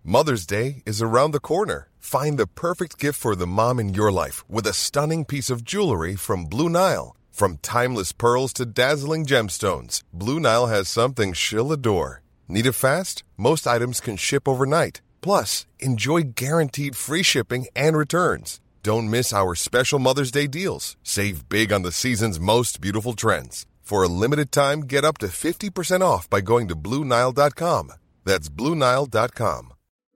Mother's Day is around the corner. Find the perfect gift for the mom in your life with a stunning piece of jewelry from Blue Nile. From timeless pearls to dazzling gemstones, Blue Nile has something she'll adore. Need it fast? Most items can ship overnight. Plus, enjoy guaranteed free shipping and returns. Don't miss our special Mother's Day deals. Save big on the season's most beautiful trends. For a limited time, get up to 50% off by going to BlueNile.com. That's BlueNile.com.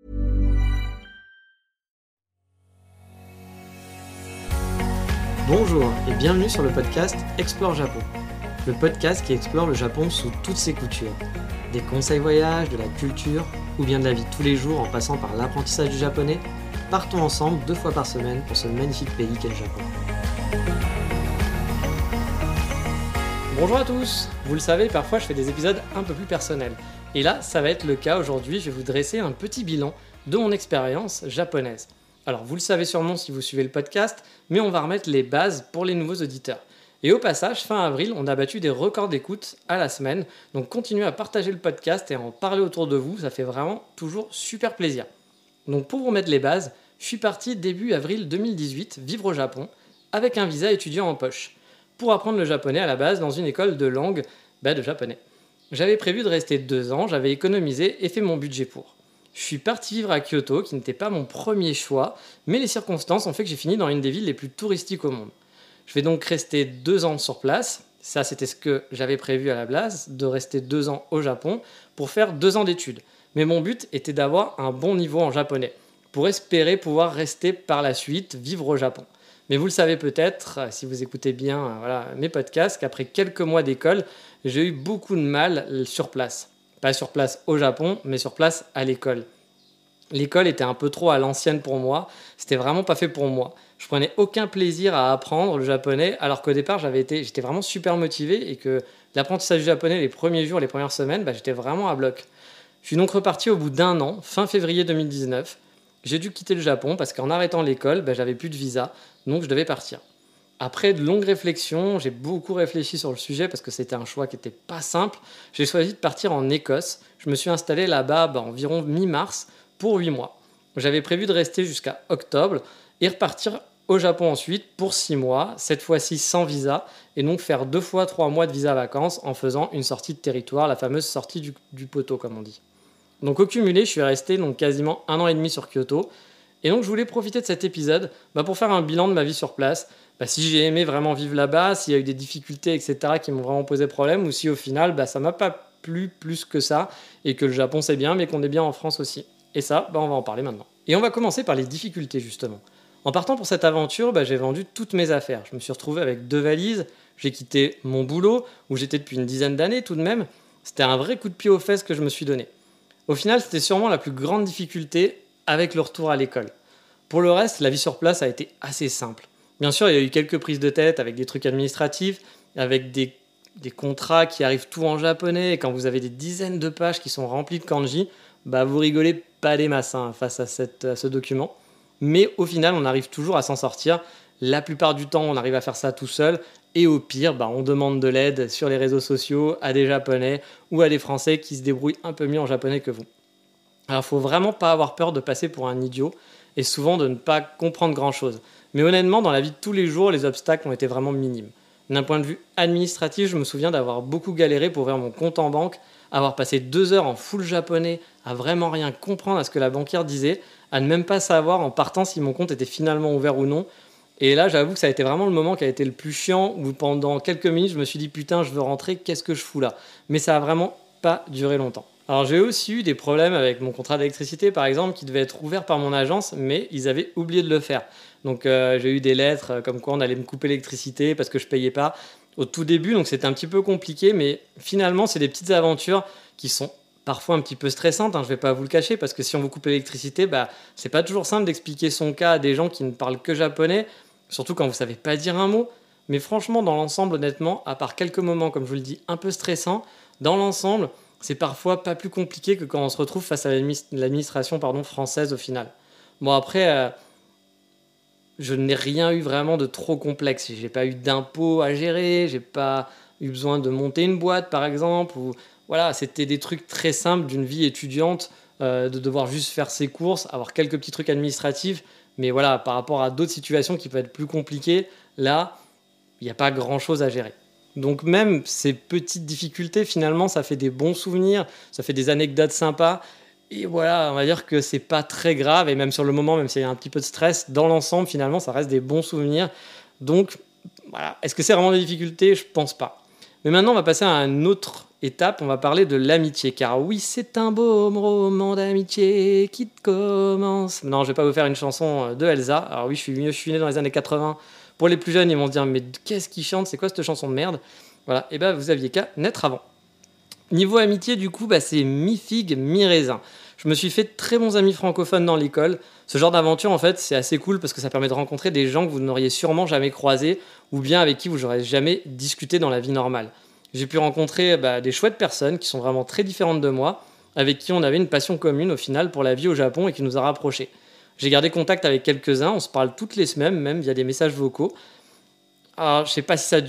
Bonjour et bienvenue sur le podcast Explore Japon. Le podcast qui explore le Japon sous toutes ses coutures. Des conseils voyages, de la culture ou bien de la vie de tous les jours en passant par l'apprentissage du japonais, partons ensemble 2 fois par semaine pour ce magnifique pays qu'est le Japon. Bonjour à tous. Vous le savez, parfois je fais des épisodes un peu plus personnels. Et là, ça va être le cas aujourd'hui, je vais vous dresser un petit bilan de mon expérience japonaise. Alors, vous le savez sûrement si vous suivez le podcast, mais on va remettre les bases pour les nouveaux auditeurs. Et au passage, fin avril, on a battu des records d'écoute à la semaine, donc continuez à partager le podcast et à en parler autour de vous, ça fait vraiment toujours super plaisir. Donc pour vous remettre les bases, je suis parti début avril 2018 vivre au Japon, avec un visa étudiant en poche, pour apprendre le japonais à la base dans une école de langue de japonais. J'avais prévu de rester 2 ans, j'avais économisé et fait mon budget pour. Je suis parti vivre à Kyoto, qui n'était pas mon premier choix, mais les circonstances ont fait que j'ai fini dans une des villes les plus touristiques au monde. Je vais donc rester 2 ans sur place, ça c'était ce que j'avais prévu à la base, de rester 2 ans au Japon pour faire 2 ans d'études. Mais mon but était d'avoir un bon niveau en japonais, pour espérer pouvoir rester par la suite, vivre au Japon. Mais vous le savez peut-être, si vous écoutez bien mes podcasts, qu'après quelques mois d'école, j'ai eu beaucoup de mal sur place. Pas sur place au Japon, mais sur place à l'école. L'école était un peu trop à l'ancienne pour moi, c'était vraiment pas fait pour moi. Je prenais aucun plaisir à apprendre le japonais, alors qu'au départ j'étais vraiment super motivé et que l'apprentissage du japonais les premiers jours, les premières semaines, j'étais vraiment à bloc. Je suis donc reparti au bout d'1 an, fin février 2019. J'ai dû quitter le Japon parce qu'en arrêtant l'école, j'avais plus de visa, donc je devais partir. Après de longues réflexions, j'ai beaucoup réfléchi sur le sujet parce que c'était un choix qui n'était pas simple. J'ai choisi de partir en Écosse. Je me suis installé là-bas environ mi-mars pour 8 mois. J'avais prévu de rester jusqu'à octobre et repartir au Japon ensuite pour 6 mois, cette fois-ci sans visa, et donc faire 2 fois 3 mois de visa vacances en faisant une sortie de territoire, la fameuse sortie du poteau comme on dit. Donc au cumulé, je suis resté quasiment 1 an et demi sur Kyoto. Et donc je voulais profiter de cet épisode pour faire un bilan de ma vie sur place, si j'ai aimé vraiment vivre là-bas, s'il y a eu des difficultés, etc. qui m'ont vraiment posé problème, ou si au final ça m'a pas plu plus que ça, et que le Japon c'est bien, mais qu'on est bien en France aussi. Et ça, on va en parler maintenant. Et on va commencer par les difficultés justement. En partant pour cette aventure, j'ai vendu toutes mes affaires. Je me suis retrouvé avec 2 valises, j'ai quitté mon boulot, où j'étais depuis une dizaine d'années tout de même. C'était un vrai coup de pied aux fesses que je me suis donné. Au final, c'était sûrement la plus grande difficulté avec le retour à l'école. Pour le reste, la vie sur place a été assez simple. Bien sûr, il y a eu quelques prises de tête avec des trucs administratifs, avec des contrats qui arrivent tout en japonais, et quand vous avez des dizaines de pages qui sont remplies de kanji, vous rigolez pas des masses face à ce document. Mais au final, on arrive toujours à s'en sortir. La plupart du temps, on arrive à faire ça tout seul. Et au pire, on demande de l'aide sur les réseaux sociaux à des Japonais ou à des Français qui se débrouillent un peu mieux en japonais que vous. Alors, il ne faut vraiment pas avoir peur de passer pour un idiot et souvent de ne pas comprendre grand-chose. Mais honnêtement, dans la vie de tous les jours, les obstacles ont été vraiment minimes. D'un point de vue administratif, je me souviens d'avoir beaucoup galéré pour ouvrir mon compte en banque, avoir passé 2 heures en full japonais, à vraiment rien comprendre à ce que la banquière disait, à ne même pas savoir en partant si mon compte était finalement ouvert ou non. Et là, j'avoue que ça a été vraiment le moment qui a été le plus chiant, où pendant quelques minutes, je me suis dit « Putain, je veux rentrer, qu'est-ce que je fous là ?» Mais ça a vraiment pas duré longtemps. Alors j'ai aussi eu des problèmes avec mon contrat d'électricité par exemple qui devait être ouvert par mon agence mais ils avaient oublié de le faire. Donc j'ai eu des lettres comme quoi on allait me couper l'électricité parce que je payais pas au tout début, donc c'était un petit peu compliqué, mais finalement c'est des petites aventures qui sont parfois un petit peu stressantes, je vais pas vous le cacher, parce que si on vous coupe l'électricité, c'est pas toujours simple d'expliquer son cas à des gens qui ne parlent que japonais, surtout quand vous savez pas dire un mot. Mais franchement dans l'ensemble honnêtement, à part quelques moments comme je vous le dis un peu stressants, dans l'ensemble c'est parfois pas plus compliqué que quand on se retrouve face à l'administration française au final. Bon après, je n'ai rien eu vraiment de trop complexe. J'ai pas eu d'impôts à gérer, j'ai pas eu besoin de monter une boîte par exemple. Ou, voilà, c'était des trucs très simples d'une vie étudiante de devoir juste faire ses courses, avoir quelques petits trucs administratifs. Mais voilà, par rapport à d'autres situations qui peuvent être plus compliquées, là, il n'y a pas grand-chose à gérer. Donc même ces petites difficultés, finalement, ça fait des bons souvenirs, ça fait des anecdotes sympas. Et voilà, on va dire que c'est pas très grave. Et même sur le moment, même s'il y a un petit peu de stress, dans l'ensemble, finalement, ça reste des bons souvenirs. Donc voilà, est-ce que c'est vraiment des difficultés? Je pense pas. Mais maintenant, on va passer à une autre étape. On va parler de l'amitié. Car oui, c'est un beau roman d'amitié qui commence. Non, je vais pas vous faire une chanson de Elsa. Alors oui, je suis né dans les années 80. Pour les plus jeunes, ils vont se dire mais qu'est-ce qu'ils chantent? C'est quoi cette chanson de merde? Voilà, et ben vous aviez qu'à naître avant. Niveau amitié, du coup, c'est mi-figue, mi-raisin. Je me suis fait de très bons amis francophones dans l'école. Ce genre d'aventure, en fait, c'est assez cool parce que ça permet de rencontrer des gens que vous n'auriez sûrement jamais croisés ou bien avec qui vous n'aurez jamais discuté dans la vie normale. J'ai pu rencontrer des chouettes personnes qui sont vraiment très différentes de moi, avec qui on avait une passion commune au final pour la vie au Japon et qui nous a rapprochés. J'ai gardé contact avec quelques-uns, on se parle toutes les semaines, même via des messages vocaux. Alors, je ne sais pas si ça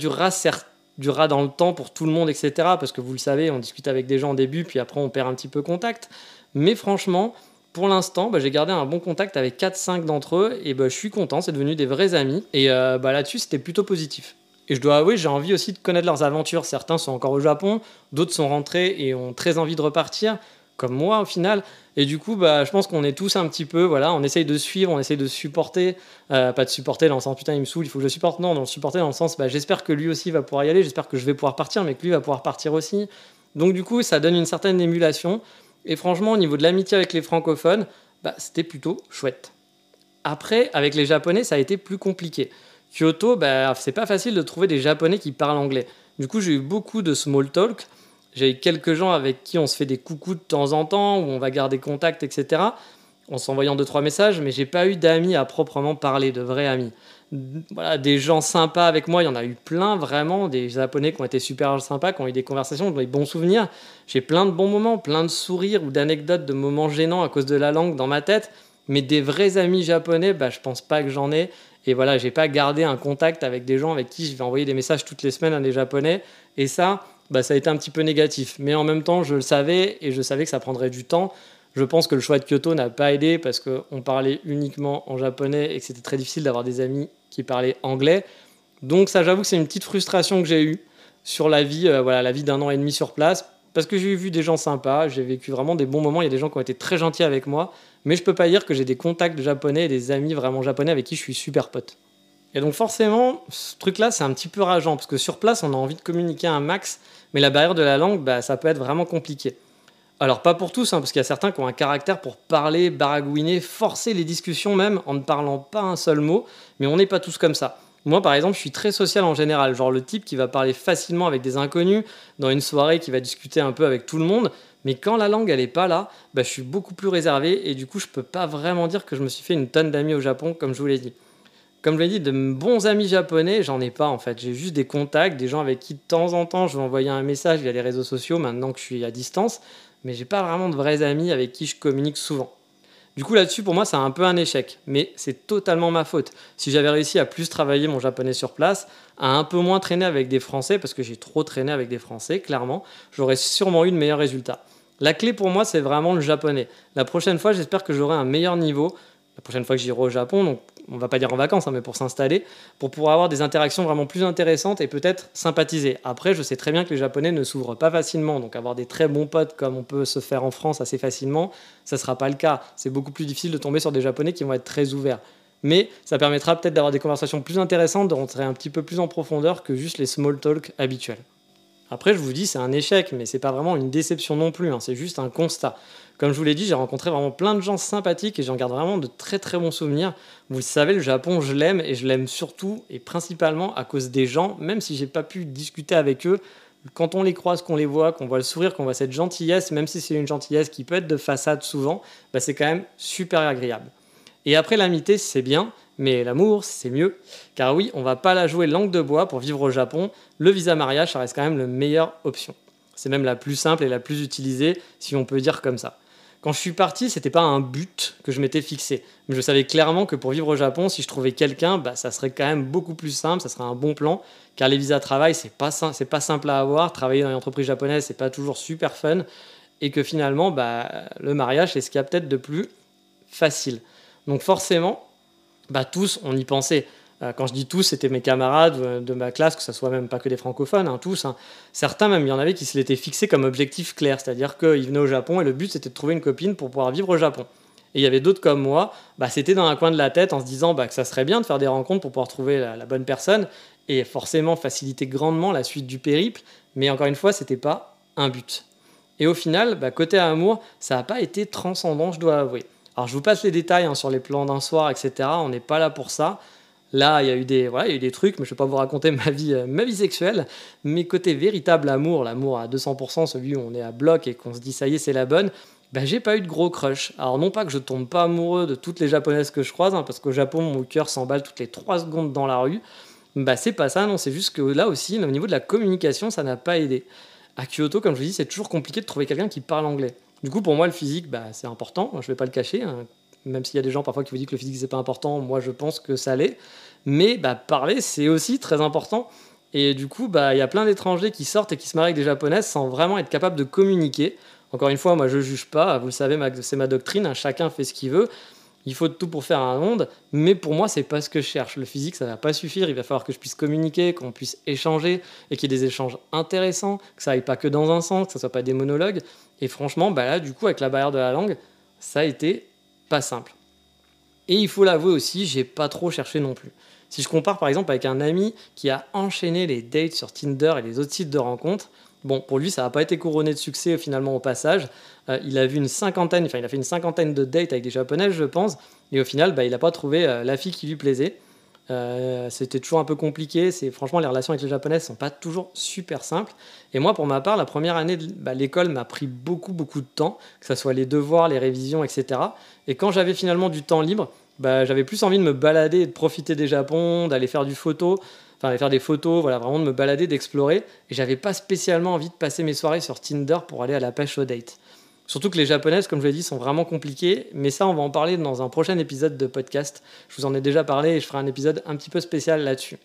durera dans le temps pour tout le monde, etc. Parce que vous le savez, on discute avec des gens au début, puis après on perd un petit peu contact. Mais franchement, pour l'instant, j'ai gardé un bon contact avec 4-5 d'entre eux, et je suis content, c'est devenu des vrais amis. Et là-dessus, c'était plutôt positif. Et je dois avouer, j'ai envie aussi de connaître leurs aventures. Certains sont encore au Japon, d'autres sont rentrés et ont très envie de repartir, comme moi au final. Et du coup, je pense qu'on est tous un petit peu, voilà, on essaye de suivre, on essaye de supporter, pas de supporter dans le sens putain il me saoule, il faut que je le supporte, non, de supporter dans le sens j'espère que lui aussi va pouvoir y aller, j'espère que je vais pouvoir partir, mais que lui va pouvoir partir aussi. Donc du coup, ça donne une certaine émulation. Et franchement, au niveau de l'amitié avec les francophones, c'était plutôt chouette. Après, avec les Japonais, ça a été plus compliqué. Kyoto, c'est pas facile de trouver des Japonais qui parlent anglais. Du coup, j'ai eu beaucoup de small talk. J'ai eu quelques gens avec qui on se fait des coucous de temps en temps, où on va garder contact, etc. En s'envoyant 2-3 messages, mais j'ai pas eu d'amis à proprement parler, de vrais amis. Voilà, des gens sympas avec moi, il y en a eu plein, vraiment, des Japonais qui ont été super sympas, qui ont eu des conversations, des bons souvenirs. J'ai plein de bons moments, plein de sourires ou d'anecdotes, de moments gênants à cause de la langue dans ma tête, mais des vrais amis japonais, je pense pas que j'en ai. Et voilà, j'ai pas gardé un contact avec des gens avec qui je vais envoyer des messages toutes les semaines à des Japonais. Et ça a été un petit peu négatif. Mais en même temps, je le savais et je savais que ça prendrait du temps. Je pense que le choix de Kyoto n'a pas aidé parce qu'on parlait uniquement en japonais et que c'était très difficile d'avoir des amis qui parlaient anglais. Donc ça, j'avoue que c'est une petite frustration que j'ai eue sur la vie, la vie d'un an et demi sur place. Parce que j'ai vu des gens sympas, j'ai vécu vraiment des bons moments. Il y a des gens qui ont été très gentils avec moi. Mais je peux pas dire que j'ai des contacts japonais et des amis vraiment japonais avec qui je suis super pote. Et donc forcément, ce truc-là, c'est un petit peu rageant. Parce que sur place, on a envie de communiquer un max. Mais la barrière de la langue, ça peut être vraiment compliqué. Alors pas pour tous, parce qu'il y a certains qui ont un caractère pour parler, baragouiner, forcer les discussions même en ne parlant pas un seul mot, mais on n'est pas tous comme ça. Moi par exemple, je suis très social en général, genre le type qui va parler facilement avec des inconnus, dans une soirée qui va discuter un peu avec tout le monde, mais quand la langue elle est pas là, je suis beaucoup plus réservé et du coup je peux pas vraiment dire que je me suis fait une tonne d'amis au Japon comme je vous l'ai dit. Comme je l'ai dit, de bons amis japonais, j'en ai pas en fait. J'ai juste des contacts, des gens avec qui de temps en temps je vais envoyer un message via les réseaux sociaux maintenant que je suis à distance, mais j'ai pas vraiment de vrais amis avec qui je communique souvent. Du coup là-dessus pour moi c'est un peu un échec, mais c'est totalement ma faute. Si j'avais réussi à plus travailler mon japonais sur place, à un peu moins traîner avec des Français, parce que j'ai trop traîné avec des Français, clairement, j'aurais sûrement eu de meilleurs résultats. La clé pour moi c'est vraiment le japonais. La prochaine fois j'espère que j'aurai un meilleur niveau. La prochaine fois que j'irai au Japon, donc on va pas dire en vacances, mais pour s'installer, pour pouvoir avoir des interactions vraiment plus intéressantes et peut-être sympathiser. Après, je sais très bien que les Japonais ne s'ouvrent pas facilement, donc avoir des très bons potes comme on peut se faire en France assez facilement, ça sera pas le cas. C'est beaucoup plus difficile de tomber sur des Japonais qui vont être très ouverts. Mais ça permettra peut-être d'avoir des conversations plus intéressantes, de rentrer un petit peu plus en profondeur que juste les small talk habituels. Après, je vous dis, c'est un échec, mais c'est pas vraiment une déception non plus, c'est juste un constat. Comme je vous l'ai dit, j'ai rencontré vraiment plein de gens sympathiques et j'en garde vraiment de très très bons souvenirs. Vous le savez, le Japon, je l'aime et je l'aime surtout et principalement à cause des gens, même si j'ai pas pu discuter avec eux. Quand on les croise, qu'on les voit, qu'on voit le sourire, qu'on voit cette gentillesse, même si c'est une gentillesse qui peut être de façade souvent, c'est quand même super agréable. Et après, l'amitié, c'est bien, mais l'amour, c'est mieux. Car oui, on va pas la jouer langue de bois pour vivre au Japon. Le visa mariage, ça reste quand même la meilleure option. C'est même la plus simple et la plus utilisée, si on peut dire comme ça. Quand je suis parti, c'était pas un but que je m'étais fixé. Mais je savais clairement que pour vivre au Japon, si je trouvais quelqu'un, ça serait quand même beaucoup plus simple, ça serait un bon plan. Car les visas travail, c'est pas simple à avoir. Travailler dans une entreprise japonaise, c'est pas toujours super fun. et que finalement, le mariage, c'est ce qu'il y a peut-être de plus facile. Donc forcément, tous, on y pensait. Quand je dis tous, c'était mes camarades de ma classe, que ce soit même pas que des francophones, tous. Certains même, il y en avait qui se l'étaient fixé comme objectif clair, c'est-à-dire qu'ils venaient au Japon et le but c'était de trouver une copine pour pouvoir vivre au Japon. Et il y avait d'autres comme moi, c'était dans un coin de la tête en se disant que ça serait bien de faire des rencontres pour pouvoir trouver la bonne personne et forcément faciliter grandement la suite du périple, mais encore une fois, c'était pas un but. Et au final, côté amour, ça n'a pas été transcendant, je dois avouer. Alors je vous passe les détails sur les plans d'un soir, etc. On n'est pas là pour ça. Là, il y a eu des trucs, mais je ne vais pas vous raconter ma vie sexuelle. Mais côté véritable amour, l'amour à 200%, celui où on est à bloc et qu'on se dit ça y est, c'est la bonne, j'ai pas eu de gros crush. Alors non pas que je tombe pas amoureux de toutes les japonaises que je croise, parce qu'au Japon, mon cœur s'emballe toutes les 3 secondes dans la rue. C'est pas ça, non, c'est juste que là aussi, au niveau de la communication, ça n'a pas aidé. À Kyoto, comme je vous dis, c'est toujours compliqué de trouver quelqu'un qui parle anglais. Du coup, pour moi, le physique, c'est important, je vais pas le cacher, même s'il y a des gens parfois qui vous disent que le physique c'est pas important, moi je pense que ça l'est. Mais parler c'est aussi très important. Et du coup, il y a plein d'étrangers qui sortent et qui se marient avec des japonaises sans vraiment être capables de communiquer. Encore une fois, moi je juge pas, vous le savez, c'est ma doctrine, chacun fait ce qu'il veut. Il faut de tout pour faire un monde, mais pour moi, c'est pas ce que je cherche. Le physique, ça va pas suffire. Il va falloir que je puisse communiquer, qu'on puisse échanger et qu'il y ait des échanges intéressants, que ça aille pas que dans un sens, que ça soit pas des monologues. Et franchement, là, du coup, avec la barrière de la langue, ça a été pas simple. Et il faut l'avouer aussi, j'ai pas trop cherché non plus. Si je compare par exemple avec un ami qui a enchaîné les dates sur Tinder et les autres sites de rencontres, pour lui, ça n'a pas été couronné de succès finalement au passage. Il a fait une cinquantaine de dates avec des japonaises, je pense, et au final, il n'a pas trouvé la fille qui lui plaisait. C'était toujours un peu compliqué. Franchement, les relations avec les japonaises ne sont pas toujours super simples. Et moi, pour ma part, la première année de l'école m'a pris beaucoup de temps, que ce soit les devoirs, les révisions, etc. Et quand j'avais finalement du temps libre, j'avais plus envie de me balader et de profiter des Japon, d'aller faire des photos, vraiment de me balader, d'explorer. Et j'avais pas spécialement envie de passer mes soirées sur Tinder pour aller à la pêche aux dates. Surtout que les japonaises, comme je l'ai dit, sont vraiment compliquées. Mais ça, on va en parler dans un prochain épisode de podcast. Je vous en ai déjà parlé et je ferai un épisode un petit peu spécial là-dessus.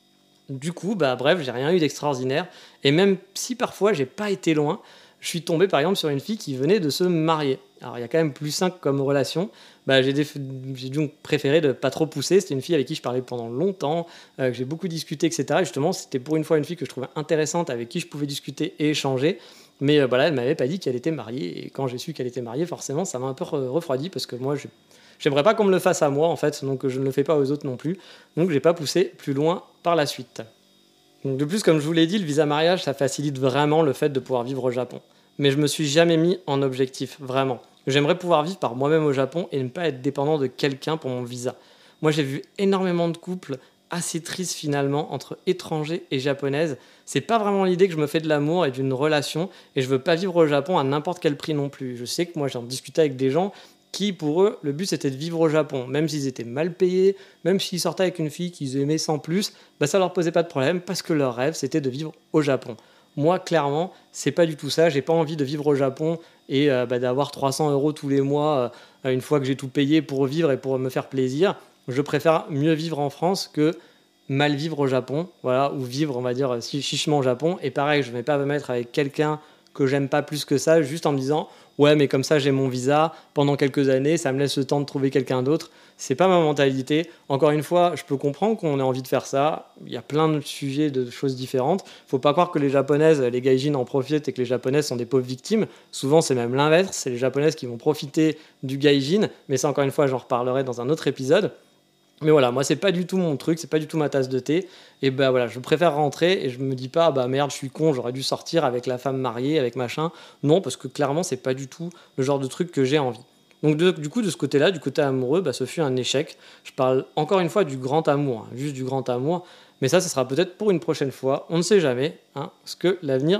Du coup, bref, j'ai rien eu d'extraordinaire. Et même si parfois j'ai pas été loin, je suis tombé par exemple sur une fille qui venait de se marier. Alors il y a quand même plus simple comme relation. J'ai donc préféré de pas trop pousser. C'était une fille avec qui je parlais pendant longtemps, que j'ai beaucoup discuté, etc. Et justement, c'était pour une fois une fille que je trouvais intéressante, avec qui je pouvais discuter et échanger. Mais elle m'avait pas dit qu'elle était mariée. Et quand j'ai su qu'elle était mariée, forcément, ça m'a un peu refroidi parce que moi, j'aimerais pas qu'on me le fasse à moi, en fait, donc je ne le fais pas aux autres non plus. Donc j'ai pas poussé plus loin par la suite. Donc, de plus, comme je vous l'ai dit, le visa mariage, ça facilite vraiment le fait de pouvoir vivre au Japon. Mais je me suis jamais mis en objectif, vraiment. J'aimerais pouvoir vivre par moi-même au Japon et ne pas être dépendant de quelqu'un pour mon visa. Moi, j'ai vu énormément de couples assez tristes finalement entre étrangers et japonaises. C'est pas vraiment l'idée que je me fais de l'amour et d'une relation, et je veux pas vivre au Japon à n'importe quel prix non plus. Je sais que moi, j'en discutais avec des gens qui, pour eux, le but c'était de vivre au Japon, même s'ils étaient mal payés, même s'ils sortaient avec une fille qu'ils aimaient sans plus, ça leur posait pas de problème parce que leur rêve c'était de vivre au Japon. Moi, clairement, c'est pas du tout ça. J'ai pas envie de vivre au Japon et d'avoir 300 € tous les mois une fois que j'ai tout payé pour vivre et pour me faire plaisir. Je préfère mieux vivre en France que mal vivre au Japon, ou vivre, on va dire, chichement au Japon. Et pareil, je ne vais pas me mettre avec quelqu'un que j'aime pas plus que ça, juste en me disant ouais, mais comme ça j'ai mon visa pendant quelques années, ça me laisse le temps de trouver quelqu'un d'autre. C'est pas ma mentalité. Encore une fois, je peux comprendre qu'on ait envie de faire ça. Il y a plein de sujets, de choses différentes. Faut pas croire que les japonaises, les gaijins en profitent et que les japonaises sont des pauvres victimes. Souvent, c'est même l'inverse. C'est les japonaises qui vont profiter du gaijin. Mais ça, encore une fois, j'en reparlerai dans un autre épisode. Mais voilà, moi, c'est pas du tout mon truc, c'est pas du tout ma tasse de thé. Et je préfère rentrer et je me dis pas, merde, je suis con, j'aurais dû sortir avec la femme mariée, avec machin. Non, parce que clairement, c'est pas du tout le genre de truc que j'ai envie. Donc du coup, de ce côté-là, du côté amoureux, ce fut un échec. Je parle encore une fois du grand amour, juste du grand amour. Mais ça sera peut-être pour une prochaine fois. On ne sait jamais ce que l'avenir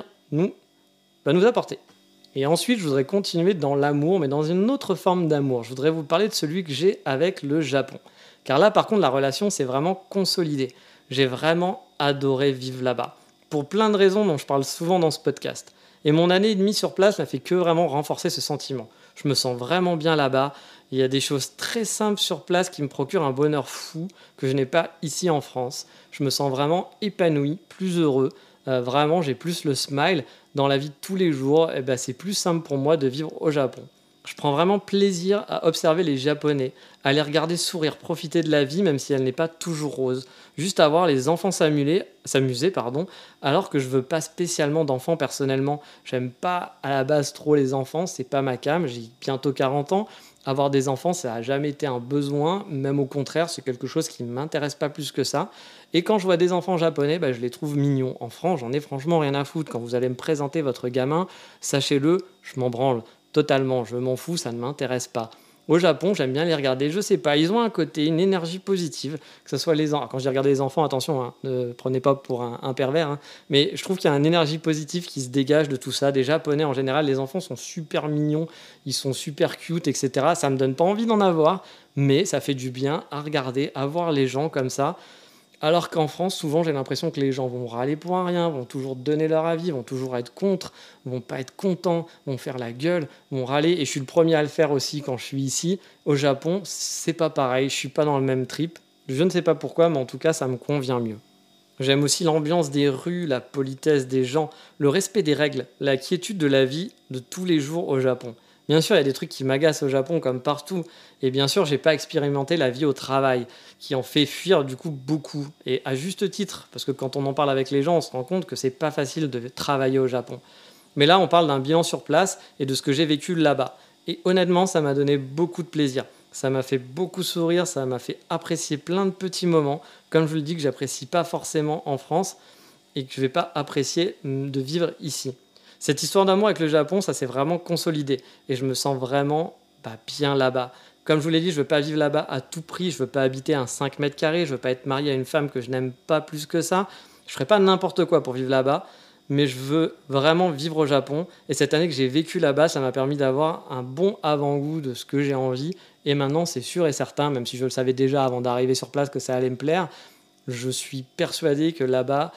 va nous apporter. Et ensuite, je voudrais continuer dans l'amour, mais dans une autre forme d'amour. Je voudrais vous parler de celui que j'ai avec le Japon. Car là, par contre, la relation s'est vraiment consolidée. J'ai vraiment adoré vivre là-bas. Pour plein de raisons dont je parle souvent dans ce podcast. Et mon année et demie sur place n'a fait que vraiment renforcer ce sentiment. Je me sens vraiment bien là-bas. Il y a des choses très simples sur place qui me procurent un bonheur fou que je n'ai pas ici en France. Je me sens vraiment épanoui, plus heureux. Vraiment, j'ai plus le smile. Dans la vie de tous les jours, c'est plus simple pour moi de vivre au Japon. Je prends vraiment plaisir à observer les Japonais, à les regarder sourire, profiter de la vie, même si elle n'est pas toujours rose. Juste à voir les enfants s'amuser, alors que je veux pas spécialement d'enfants personnellement. J'aime pas à la base trop les enfants, c'est pas ma came, j'ai bientôt 40 ans. Avoir des enfants, ça n'a jamais été un besoin, même au contraire, c'est quelque chose qui ne m'intéresse pas plus que ça. Et quand je vois des enfants japonais, je les trouve mignons. En France, j'en ai franchement rien à foutre. Quand vous allez me présenter votre gamin, sachez-le, je m'en branle totalement, je m'en fous, ça ne m'intéresse pas. Au Japon, j'aime bien les regarder, je sais pas, ils ont un côté, une énergie positive, que ce soit les enfants. Quand je dis regarder les enfants, attention, hein, ne prenez pas pour un pervers, hein, mais je trouve qu'il y a une énergie positive qui se dégage de tout ça. Des Japonais, en général, les enfants sont super mignons, ils sont super cute, etc. Ça me donne pas envie d'en avoir, mais ça fait du bien à regarder, à voir les gens comme ça. Alors qu'en France, souvent, j'ai l'impression que les gens vont râler pour un rien, vont toujours donner leur avis, vont toujours être contre, vont pas être contents, vont faire la gueule, vont râler. Et je suis le premier à le faire aussi quand je suis ici. Au Japon, c'est pas pareil, je suis pas dans le même trip. Je ne sais pas pourquoi, mais en tout cas, ça me convient mieux. J'aime aussi l'ambiance des rues, la politesse des gens, le respect des règles, la quiétude de la vie de tous les jours au Japon. Bien sûr, il y a des trucs qui m'agacent au Japon comme partout. Et bien sûr, j'ai pas expérimenté la vie au travail, qui en fait fuir du coup beaucoup. Et à juste titre, parce que quand on en parle avec les gens, on se rend compte que c'est pas facile de travailler au Japon. Mais là, on parle d'un bilan sur place et de ce que j'ai vécu là-bas. Et honnêtement, ça m'a donné beaucoup de plaisir. Ça m'a fait beaucoup sourire, ça m'a fait apprécier plein de petits moments, comme je le dis, que j'apprécie pas forcément en France et que je vais pas apprécier de vivre ici. Cette histoire d'amour avec le Japon, ça s'est vraiment consolidé et je me sens vraiment bien là-bas. Comme je vous l'ai dit, je ne veux pas vivre là-bas à tout prix, je ne veux pas habiter un 5 mètres carrés, je ne veux pas être marié à une femme que je n'aime pas plus que ça. Je ne ferai pas n'importe quoi pour vivre là-bas, mais je veux vraiment vivre au Japon. Et cette année que j'ai vécu là-bas, ça m'a permis d'avoir un bon avant-goût de ce que j'ai envie. Et maintenant, c'est sûr et certain, même si je le savais déjà avant d'arriver sur place que ça allait me plaire, je suis persuadé que là-bas,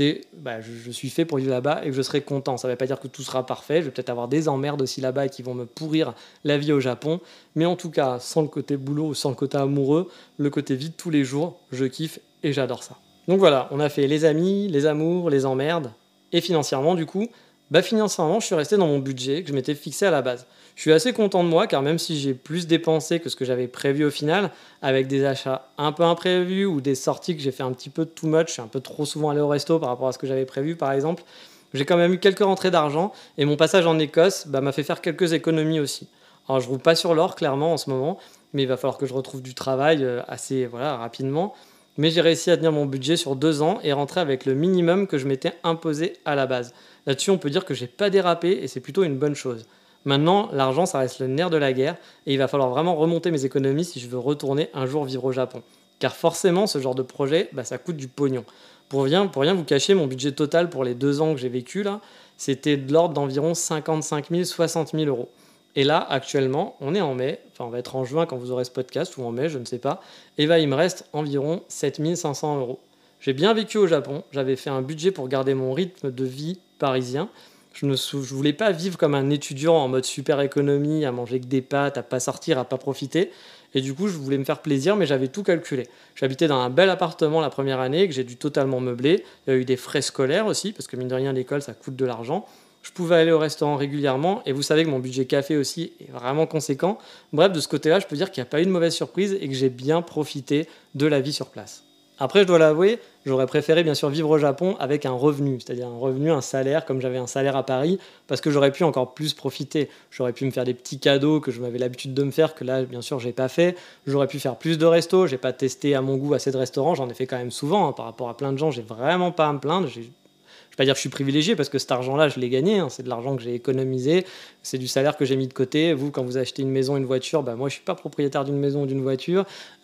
je suis fait pour vivre là-bas et que je serai content. Ça ne veut pas dire que tout sera parfait. Je vais peut-être avoir des emmerdes aussi là-bas qui vont me pourrir la vie au Japon. Mais en tout cas, sans le côté boulot ou sans le côté amoureux, le côté vie de tous les jours, je kiffe et j'adore ça. Donc voilà, on a fait les amis, les amours, les emmerdes. Et financièrement, du coup, financièrement, je suis resté dans mon budget que je m'étais fixé à la base. Je suis assez content de moi car même si j'ai plus dépensé que ce que j'avais prévu au final, avec des achats un peu imprévus ou des sorties que j'ai fait un petit peu too much, je suis un peu trop souvent allé au resto par rapport à ce que j'avais prévu par exemple, j'ai quand même eu quelques rentrées d'argent et mon passage en Écosse m'a fait faire quelques économies aussi. Alors je roule pas sur l'or clairement en ce moment, mais il va falloir que je retrouve du travail assez rapidement. Mais j'ai réussi à tenir mon budget sur 2 ans et rentrer avec le minimum que je m'étais imposé à la base. Là-dessus, on peut dire que j'ai pas dérapé et c'est plutôt une bonne chose. Maintenant, l'argent, ça reste le nerf de la guerre et il va falloir vraiment remonter mes économies si je veux retourner un jour vivre au Japon. Car forcément, ce genre de projet, ça coûte du pognon. Pour rien vous cacher, mon budget total pour les 2 ans que j'ai vécu là, c'était de l'ordre d'environ 55 000, 60 000 euros. Et là, actuellement, on est en mai, on va être en juin quand vous aurez ce podcast, ou en mai, je ne sais pas, et il me reste environ 7 500 euros. J'ai bien vécu au Japon, j'avais fait un budget pour garder mon rythme de vie parisien. Je ne voulais pas vivre comme un étudiant en mode super économie, à manger que des pâtes, à pas sortir, à pas profiter. Et du coup, je voulais me faire plaisir, mais j'avais tout calculé. J'habitais dans un bel appartement la première année, que j'ai dû totalement meubler. Il y a eu des frais scolaires aussi, parce que mine de rien, l'école, ça coûte de l'argent. Je pouvais aller au restaurant régulièrement, et vous savez que mon budget café aussi est vraiment conséquent. Bref, de ce côté-là, je peux dire qu'il n'y a pas eu de mauvaise surprise et que j'ai bien profité de la vie sur place. Après, je dois l'avouer, j'aurais préféré bien sûr vivre au Japon avec un revenu, c'est-à-dire un revenu, un salaire, comme j'avais un salaire à Paris, parce que j'aurais pu encore plus profiter. J'aurais pu me faire des petits cadeaux que je m'avais l'habitude de me faire, que là, bien sûr, j'ai pas fait. J'aurais pu faire plus de restos, j'ai pas testé à mon goût assez de restaurants, j'en ai fait quand même souvent, par rapport à plein de gens, j'ai vraiment pas à me plaindre. Je ne vais pas dire que je suis privilégié, parce que cet argent-là, je l'ai gagné, c'est de l'argent que j'ai économisé, c'est du salaire que j'ai mis de côté. Vous, quand vous achetez une maison, une voiture, moi, je suis pas propriétaire d'une maison ou d'une voiture.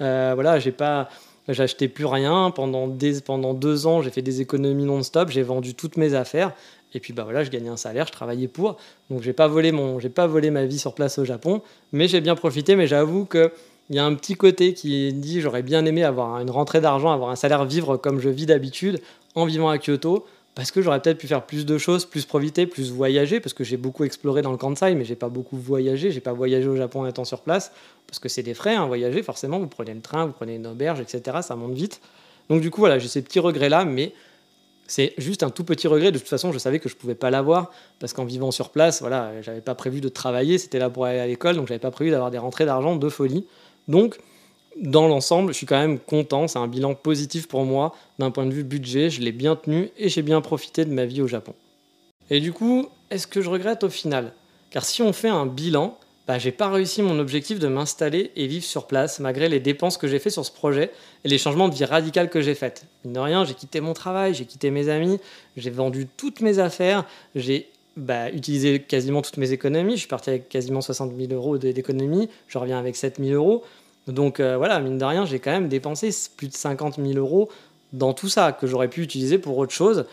J'achetais plus rien pendant 2 ans, j'ai fait des économies non-stop, j'ai vendu toutes mes affaires et puis je gagnais un salaire, je travaillais pour. Donc j'ai pas volé ma vie sur place au Japon, mais j'ai bien profité. Mais j'avoue que il y a un petit côté qui dit j'aurais bien aimé avoir une rentrée d'argent, avoir un salaire, vivre comme je vis d'habitude en vivant à Kyoto. Parce que j'aurais peut-être pu faire plus de choses, plus profiter, plus voyager, parce que j'ai beaucoup exploré dans le Kansai, mais j'ai pas beaucoup voyagé. J'ai pas voyagé au Japon en étant sur place, parce que c'est des frais, voyager, forcément. Vous prenez le train, vous prenez une auberge, etc. Ça monte vite. Donc du coup, j'ai ces petits regrets-là, mais C'est juste un tout petit regret. De toute façon, je savais que je ne pouvais pas l'avoir parce qu'en vivant sur place, voilà, j'avais pas prévu de travailler. C'était là pour aller à l'école, donc j'avais pas prévu d'avoir des rentrées d'argent de folie. Donc, dans l'ensemble, je suis quand même content. C'est un bilan positif pour moi d'un point de vue budget. Je l'ai bien tenu et j'ai bien profité de ma vie au Japon. Et du coup, est-ce que je regrette au final? Car si on fait un bilan, j'ai pas réussi mon objectif de m'installer et vivre sur place, malgré les dépenses que j'ai fait sur ce projet et les changements de vie radicaux que j'ai faits. Mine de rien, j'ai quitté mon travail, j'ai quitté mes amis, j'ai vendu toutes mes affaires, j'ai utilisé quasiment toutes mes économies. Je suis parti avec quasiment 60 000 euros d'économies, je reviens avec 7 000 euros. Donc voilà, mine de rien, j'ai quand même dépensé plus de 50 000 euros dans tout ça, que j'aurais pu utiliser pour autre chose.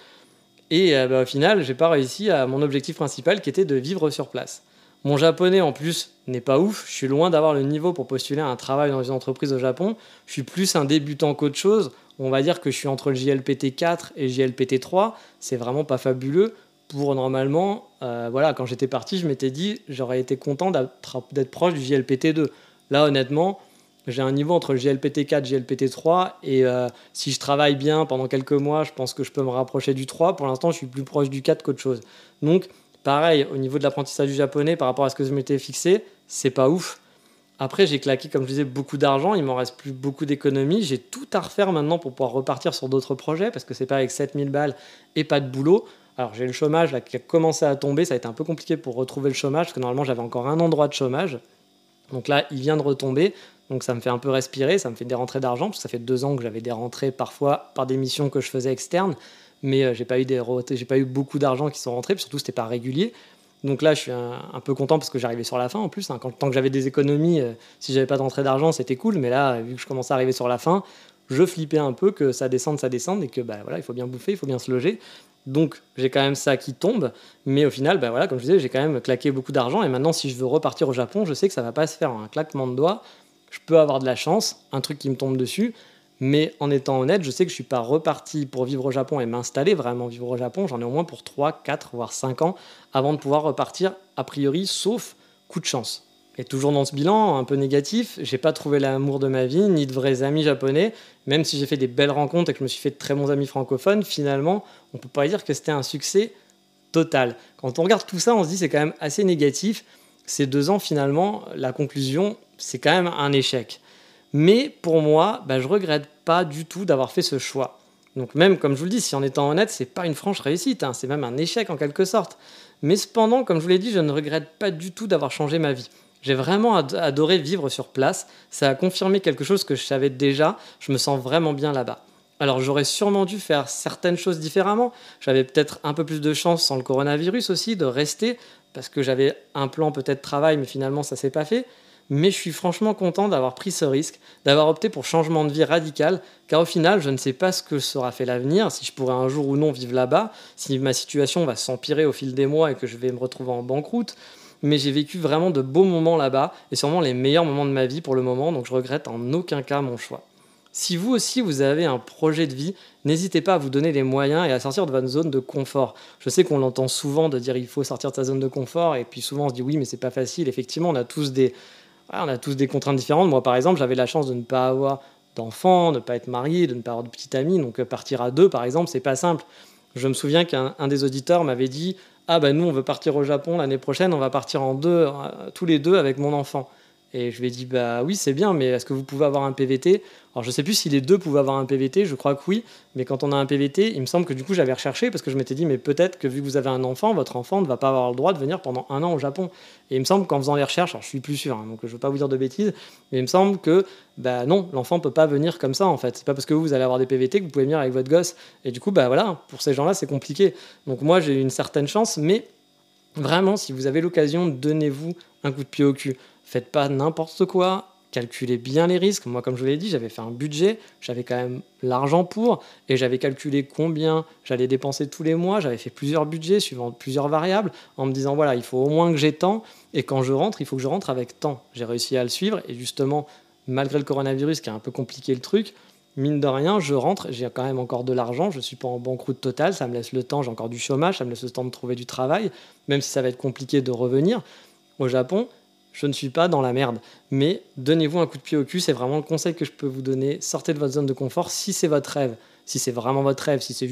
Et au final, j'ai pas réussi à mon objectif principal qui était de vivre sur place. Mon japonais en plus n'est pas ouf, je suis loin d'avoir le niveau pour postuler à un travail dans une entreprise au Japon. Je suis plus un débutant qu'autre chose. On va dire que je suis entre le JLPT 4 et le JLPT 3. C'est vraiment pas fabuleux. Pour normalement, quand j'étais parti, je m'étais dit j'aurais été content d'être proche du JLPT 2. Là honnêtement, j'ai un niveau entre le JLPT 4 et le JLPT 3 et si je travaille bien pendant quelques mois, je pense que je peux me rapprocher du 3. Pour l'instant, je suis plus proche du 4 qu'autre chose. Donc, pareil, au niveau de l'apprentissage du japonais, par rapport à ce que je m'étais fixé, c'est pas ouf. Après, j'ai claqué, comme je disais, beaucoup d'argent. Il m'en reste plus beaucoup d'économies. J'ai tout à refaire maintenant pour pouvoir repartir sur d'autres projets parce que c'est pas avec 7000 balles et pas de boulot. Alors, j'ai le chômage là, qui a commencé à tomber. Ça a été un peu compliqué pour retrouver le chômage parce que normalement, j'avais encore un an de droit de chômage. Donc là, il vient de retomber. Donc ça me fait un peu respirer, ça me fait des rentrées d'argent, parce que ça fait 2 ans que j'avais des rentrées parfois par des missions que je faisais externes, mais j'ai pas eu beaucoup d'argent qui sont rentrés, puis surtout c'était pas régulier. Donc là je suis un peu content parce que j'arrivais sur la fin en plus, hein. Tant que j'avais des économies, si j'avais pas de rentrée d'argent c'était cool, mais là vu que je commençais à arriver sur la fin, je flippais un peu que ça descende et que il faut bien bouffer, il faut bien se loger. Donc j'ai quand même ça qui tombe, mais au final, comme je disais, j'ai quand même claqué beaucoup d'argent et maintenant si je veux repartir au Japon, je sais que ça va pas se faire en un claquement de doigts. Je peux avoir de la chance, un truc qui me tombe dessus, mais en étant honnête, je sais que je ne suis pas reparti pour vivre au Japon et m'installer vraiment vivre au Japon. J'en ai au moins pour 3, 4, voire 5 ans avant de pouvoir repartir, a priori, sauf coup de chance. Et toujours dans ce bilan un peu négatif, j'ai pas trouvé l'amour de ma vie, ni de vrais amis japonais. Même si j'ai fait des belles rencontres et que je me suis fait de très bons amis francophones, finalement, on peut pas dire que c'était un succès total. Quand on regarde tout ça, on se dit c'est quand même assez négatif. Ces 2 ans, finalement, la conclusion, c'est quand même un échec. Mais pour moi, je regrette pas du tout d'avoir fait ce choix. Donc même, comme je vous le dis, si en étant honnête, c'est pas une franche réussite, hein, c'est même un échec en quelque sorte. Mais cependant, comme je vous l'ai dit, je ne regrette pas du tout d'avoir changé ma vie. J'ai vraiment adoré vivre sur place. Ça a confirmé quelque chose que je savais déjà. Je me sens vraiment bien là-bas. Alors j'aurais sûrement dû faire certaines choses différemment. J'avais peut-être un peu plus de chance sans le coronavirus aussi de rester parce que j'avais un plan peut-être travail, mais finalement ça s'est pas fait. Mais je suis franchement content d'avoir pris ce risque, d'avoir opté pour changement de vie radical, car au final, je ne sais pas ce que sera fait l'avenir, si je pourrai un jour ou non vivre là-bas, si ma situation va s'empirer au fil des mois et que je vais me retrouver en banqueroute. Mais j'ai vécu vraiment de beaux moments là-bas, et sûrement les meilleurs moments de ma vie pour le moment, donc je regrette en aucun cas mon choix. Si vous aussi vous avez un projet de vie, n'hésitez pas à vous donner les moyens et à sortir de votre zone de confort. Je sais qu'on l'entend souvent de dire il faut sortir de sa zone de confort, et puis souvent on se dit oui mais c'est pas facile. Effectivement on a tous des contraintes différentes. Moi par exemple j'avais la chance de ne pas avoir d'enfants, de ne pas être marié, de ne pas avoir de petite amie, donc partir à 2 par exemple c'est pas simple. Je me souviens qu'un des auditeurs m'avait dit nous on veut partir au Japon l'année prochaine, on va partir en 2 tous les 2 avec mon enfant. Et je lui ai dit oui c'est bien mais est-ce que vous pouvez avoir un PVT? Alors je sais plus si les 2 pouvaient avoir un PVT, je crois que oui, mais quand on a un PVT, il me semble que du coup j'avais recherché parce que je m'étais dit mais peut-être que vu que vous avez un enfant, votre enfant ne va pas avoir le droit de venir pendant 1 an au Japon. Et il me semble qu'en faisant les recherches, alors je suis plus sûr, hein, donc je ne veux pas vous dire de bêtises, mais il me semble que non, l'enfant peut pas venir comme ça en fait. C'est pas parce que vous allez avoir des PVT que vous pouvez venir avec votre gosse. Et du coup pour ces gens-là c'est compliqué. Donc moi j'ai eu une certaine chance, mais vraiment si vous avez l'occasion, donnez-vous un coup de pied au cul. Faites pas n'importe quoi, calculez bien les risques. Moi, comme je vous l'ai dit, j'avais fait un budget, j'avais quand même l'argent pour, et j'avais calculé combien j'allais dépenser tous les mois. J'avais fait plusieurs budgets suivant plusieurs variables, en me disant, voilà, il faut au moins que j'ai tant, et quand je rentre, il faut que je rentre avec tant. J'ai réussi à le suivre, et justement, malgré le coronavirus qui a un peu compliqué le truc, mine de rien, je rentre, j'ai quand même encore de l'argent, je ne suis pas en banqueroute totale, ça me laisse le temps, j'ai encore du chômage, ça me laisse le temps de trouver du travail, même si ça va être compliqué de revenir. Au Japon, je ne suis pas dans la merde, mais donnez-vous un coup de pied au cul, c'est vraiment le conseil que je peux vous donner. Sortez de votre zone de confort si c'est votre rêve, si c'est vraiment votre rêve, si c'est juste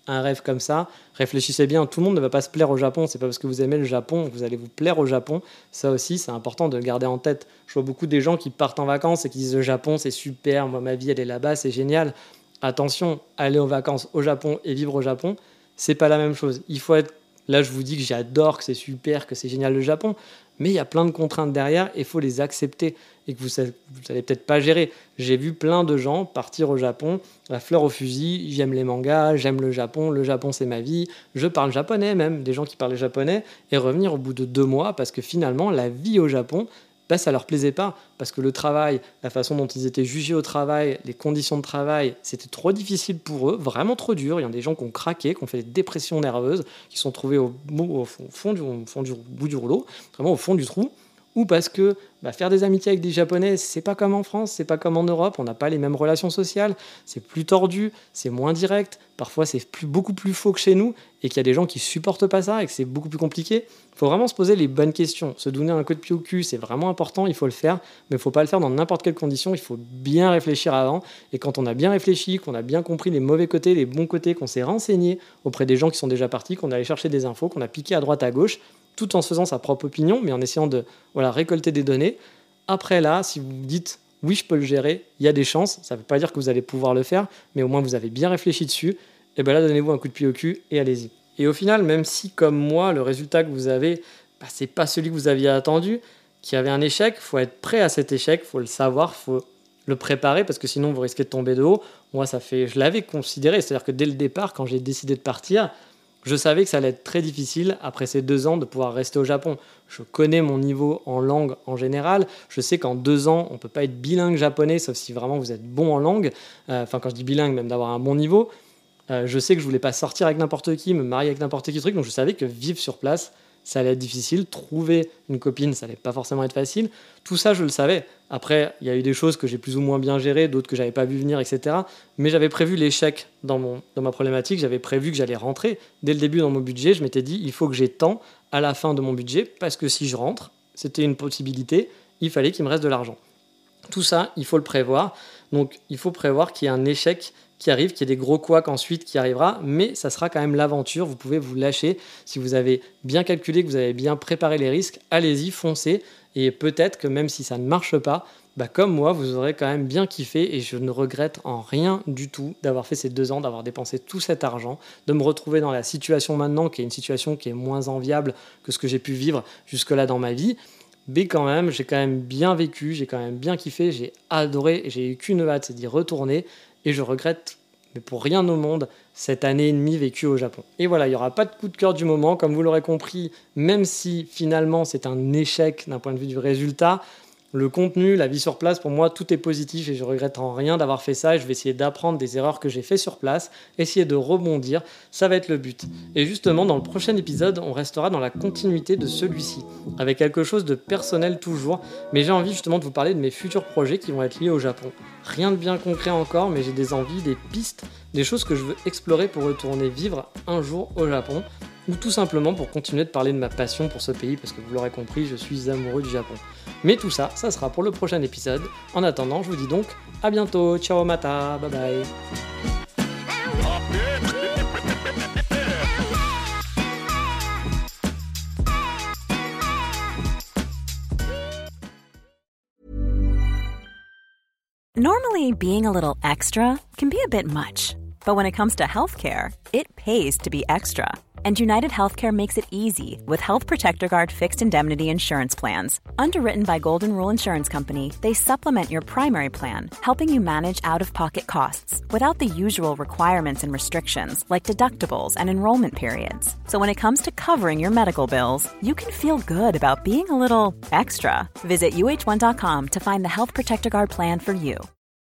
un rêve comme ça, réfléchissez bien, tout le monde ne va pas se plaire au Japon, c'est pas parce que vous aimez le Japon que vous allez vous plaire au Japon, ça aussi c'est important de le garder en tête. Je vois beaucoup des gens qui partent en vacances et qui disent le Japon c'est super, moi ma vie elle est là-bas, c'est génial. Attention, aller en vacances au Japon et vivre au Japon, c'est pas la même chose. Il faut être... Là je vous dis que j'adore, que c'est super, que c'est génial le Japon, mais il y a plein de contraintes derrière et il faut les accepter et que vous allez peut-être pas gérer. J'ai vu plein de gens partir au Japon, la fleur au fusil, j'aime les mangas, j'aime le Japon c'est ma vie, je parle japonais même, des gens qui parlaient japonais, et revenir au bout de 2 mois parce que finalement la vie au Japon, ça leur plaisait pas, parce que le travail, la façon dont ils étaient jugés au travail, les conditions de travail, c'était trop difficile pour eux, vraiment trop dur. Il y a des gens qui ont craqué, qui ont fait des dépressions nerveuses, qui sont trouvés au bout du rouleau, vraiment au fond du trou, ou parce que faire des amitiés avec des Japonais, c'est pas comme en France, c'est pas comme en Europe, on n'a pas les mêmes relations sociales, c'est plus tordu, c'est moins direct, parfois c'est beaucoup plus faux que chez nous, et qu'il y a des gens qui supportent pas ça, et que c'est beaucoup plus compliqué. Il faut vraiment se poser les bonnes questions. Se donner un coup de pied au cul, c'est vraiment important, il faut le faire, mais il faut pas le faire dans n'importe quelle condition, il faut bien réfléchir avant, et quand on a bien réfléchi, qu'on a bien compris les mauvais côtés, les bons côtés, qu'on s'est renseigné auprès des gens qui sont déjà partis, qu'on a allé chercher des infos, qu'on a piqué à droite à gauche, tout en se faisant sa propre opinion, mais en essayant de récolter des données. Après là, si vous dites « oui, je peux le gérer », il y a des chances, ça ne veut pas dire que vous allez pouvoir le faire, mais au moins vous avez bien réfléchi dessus, et là, donnez-vous un coup de pied au cul et allez-y. Et au final, même si, comme moi, le résultat que vous avez, ce n'est pas celui que vous aviez attendu, qu'il y avait un échec, il faut être prêt à cet échec, il faut le savoir, il faut le préparer, parce que sinon vous risquez de tomber de haut. Moi, je l'avais considéré, c'est-à-dire que dès le départ, quand j'ai décidé de partir, je savais que ça allait être très difficile, après ces 2 ans, de pouvoir rester au Japon. Je connais mon niveau en langue en général. Je sais qu'en 2 ans, on ne peut pas être bilingue japonais, sauf si vraiment vous êtes bon en langue. Quand je dis bilingue, même d'avoir un bon niveau. Je sais que je ne voulais pas sortir avec n'importe qui, me marier avec n'importe qui, donc je savais que vivre sur place, ça allait être difficile. Trouver une copine, ça allait pas forcément être facile. Tout ça, je le savais. Après, il y a eu des choses que j'ai plus ou moins bien gérées, d'autres que j'avais pas vu venir, etc. Mais j'avais prévu l'échec dans ma problématique. J'avais prévu que j'allais rentrer. Dès le début, dans mon budget, je m'étais dit, il faut que j'ai tant à la fin de mon budget, parce que si je rentre, c'était une possibilité, il fallait qu'il me reste de l'argent. Tout ça, il faut le prévoir. Donc, il faut prévoir qu'il y ait un échec qui arrive, qu'il y ait des gros couacs ensuite qui arrivera, mais ça sera quand même l'aventure. Vous pouvez vous lâcher. Si vous avez bien calculé, que vous avez bien préparé les risques, allez-y, foncez. Et peut-être que même si ça ne marche pas, comme moi, vous aurez quand même bien kiffé, et je ne regrette en rien du tout d'avoir fait ces 2 ans, d'avoir dépensé tout cet argent, de me retrouver dans la situation maintenant, qui est une situation qui est moins enviable que ce que j'ai pu vivre jusque-là dans ma vie. Mais quand même, j'ai quand même bien vécu, j'ai quand même bien kiffé, j'ai adoré, et j'ai eu qu'une hâte, c'est d'y retourner. Et je regrette, mais pour rien au monde, cette année et demie vécue au Japon. Et voilà, il n'y aura pas de coup de cœur du moment, comme vous l'aurez compris, même si finalement c'est un échec d'un point de vue du résultat. Le contenu, la vie sur place, pour moi, tout est positif et je regrette en rien d'avoir fait ça. Et je vais essayer d'apprendre des erreurs que j'ai fait sur place, essayer de rebondir, ça va être le but. Et justement, dans le prochain épisode, on restera dans la continuité de celui-ci, avec quelque chose de personnel toujours. Mais j'ai envie justement de vous parler de mes futurs projets qui vont être liés au Japon. Rien de bien concret encore, mais j'ai des envies, des pistes, des choses que je veux explorer pour retourner vivre un jour au Japon, ou tout simplement pour continuer de parler de ma passion pour ce pays, parce que vous l'aurez compris, je suis amoureux du Japon. Mais tout ça, ça sera pour le prochain épisode. En attendant, je vous dis donc à bientôt, ciao mata, bye bye. Normally, being a little extra can be a bit much, but when it comes to healthcare, it pays to be extra. And United Healthcare makes it easy with Health Protector Guard fixed indemnity insurance plans. Underwritten by Golden Rule Insurance Company, they supplement your primary plan, helping you manage out-of-pocket costs without the usual requirements and restrictions like deductibles and enrollment periods. So when it comes to covering your medical bills, you can feel good about being a little extra. Visit uh1.com to find the Health Protector Guard plan for you.